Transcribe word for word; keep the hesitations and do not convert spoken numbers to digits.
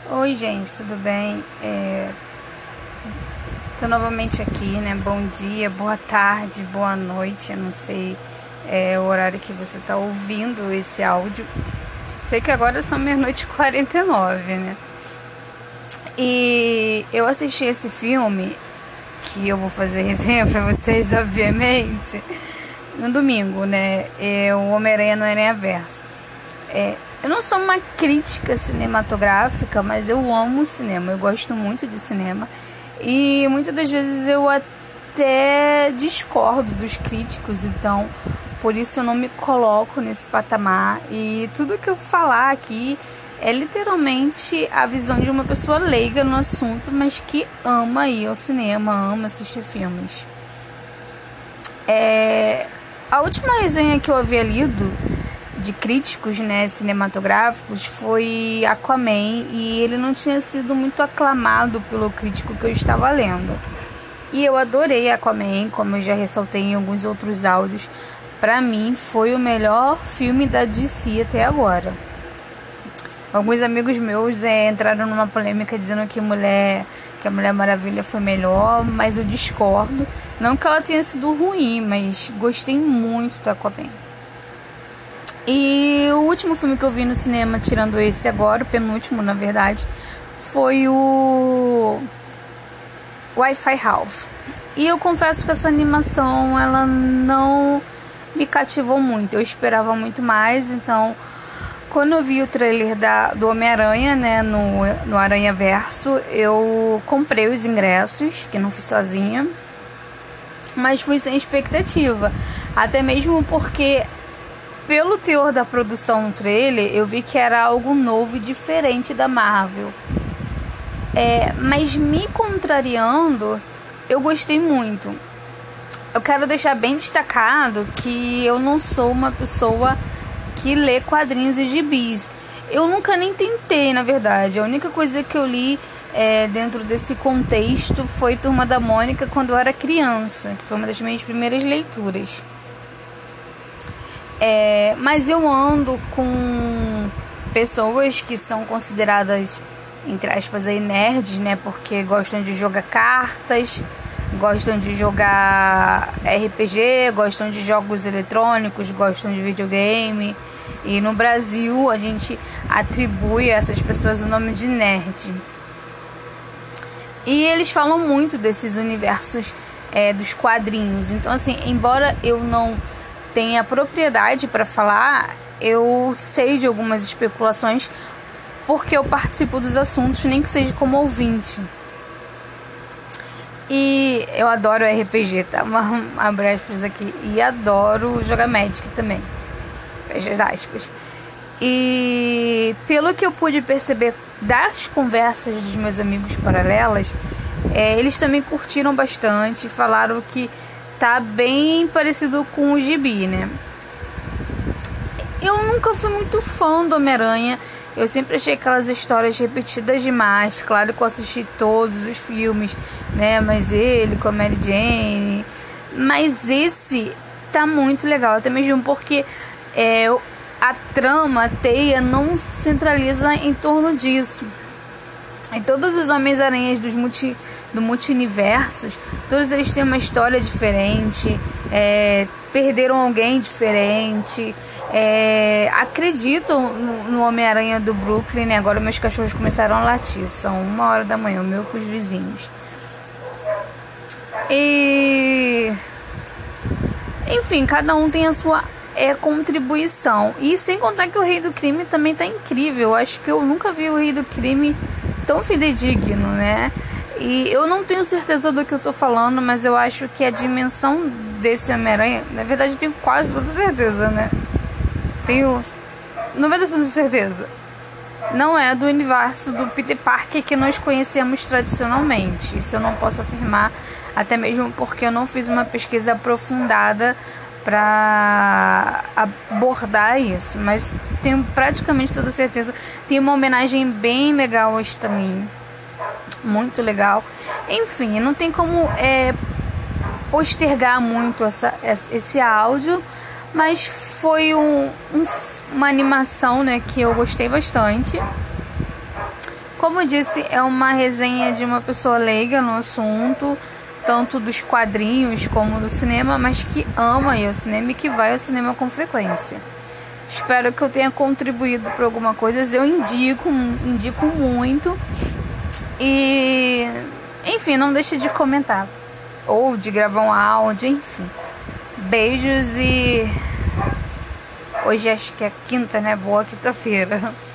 Oi, gente, tudo bem? É... Tô novamente aqui, né? Bom dia, boa tarde, boa noite. Eu não sei é, o horário que você tá ouvindo esse áudio. Sei que agora são meia-noite e quarenta e nove, né? E eu assisti esse filme, que eu vou fazer resenha pra vocês, obviamente, no domingo, né? É o Homem-Aranha no Aranhaverso. É, eu não sou uma crítica cinematográfica, mas eu amo cinema, eu gosto muito de cinema. E muitas das vezes eu até discordo dos críticos, então por isso eu não me coloco nesse patamar. E tudo que eu falar aqui é literalmente a visão de uma pessoa leiga no assunto, mas que ama ir ao cinema, ama assistir filmes. É, a última resenha que eu havia lido de críticos, né, cinematográficos foi Aquaman, e ele não tinha sido muito aclamado pelo crítico que eu estava lendo. E eu adorei Aquaman, como eu já ressaltei em alguns outros áudios. Pra mim foi o melhor filme da D C até agora. Alguns amigos meus é, entraram numa polêmica dizendo que, mulher, que a Mulher Maravilha foi melhor, mas eu discordo. Não que ela tenha sido ruim, mas gostei muito do Aquaman. E o último filme que eu vi no cinema, tirando esse agora, o penúltimo na verdade, foi o Wi-Fi Ralph. E eu confesso que essa animação ela não me cativou muito. Eu esperava muito mais, então quando eu vi o trailer da, do Homem-Aranha, né, no, no Aranhaverso, eu comprei os ingressos, que não fui sozinha, mas fui sem expectativa. Até mesmo porque, pelo teor da produção no trailer, eu vi que era algo novo e diferente da Marvel. É, mas me contrariando, eu gostei muito. Eu quero deixar bem destacado que eu não sou uma pessoa que lê quadrinhos e gibis. Eu nunca nem tentei, na verdade. A única coisa que eu li é, dentro desse contexto foi Turma da Mônica quando eu era criança, que foi uma das minhas primeiras leituras. É, mas eu ando com pessoas que são consideradas, entre aspas, aí, nerds, né? Porque gostam de jogar cartas, gostam de jogar R P G, gostam de jogos eletrônicos, gostam de videogame. E no Brasil a gente atribui a essas pessoas o nome de nerd. E eles falam muito desses universos é, dos quadrinhos. Então, assim, embora eu não tenha propriedade para falar, eu sei de algumas especulações porque eu participo dos assuntos, nem que seja como ouvinte. E eu adoro R P G, tá? Uma, uma aspas aqui. E adoro jogar Magic também. Fecha aspas. E pelo que eu pude perceber das conversas dos meus amigos paralelas, é, eles também curtiram bastante, falaram que tá bem parecido com o gibi, né? Eu nunca fui muito fã do Homem-Aranha. Eu sempre achei aquelas histórias repetidas demais. Claro que eu assisti todos os filmes, né? Mas ele com a Mary Jane. Mas esse tá muito legal. Até mesmo porque é, a trama, a teia, não se centraliza em torno disso. Em todos os Homens-Aranhas dos multi, do multi-universos, todos eles têm uma história diferente, é, perderam alguém diferente, é, acreditam no, no Homem-Aranha do Brooklyn, né? Agora meus cachorros começaram a latir, são uma hora da manhã, o meu com os vizinhos. E enfim, cada um tem a sua é, contribuição. E sem contar que o Rei do Crime também tá incrível. Eu acho que eu nunca vi o Rei do Crime tão fidedigno, né? E eu não tenho certeza do que eu tô falando, mas eu acho que a dimensão desse Homem-Aranha, na verdade eu tenho quase toda certeza, né? Tenho noventa por cento de certeza. Não é do universo do Peter Parker que nós conhecemos tradicionalmente. Isso eu não posso afirmar, até mesmo porque eu não fiz uma pesquisa aprofundada para abordar isso, mas tenho praticamente toda certeza. Tem uma homenagem bem legal hoje também, muito legal. Enfim, não tem como é, postergar muito essa, esse áudio, mas foi um, um, uma animação, né, que eu gostei bastante. Como eu disse, é uma resenha de uma pessoa leiga no assunto, tanto dos quadrinhos como do cinema, mas que ama ir ao cinema e que vai ao cinema com frequência. Espero que eu tenha contribuído para alguma coisa. Eu indico, indico muito. E, enfim, não deixe de comentar ou de gravar um áudio, enfim. Beijos e hoje acho que é quinta, né? Boa quinta-feira.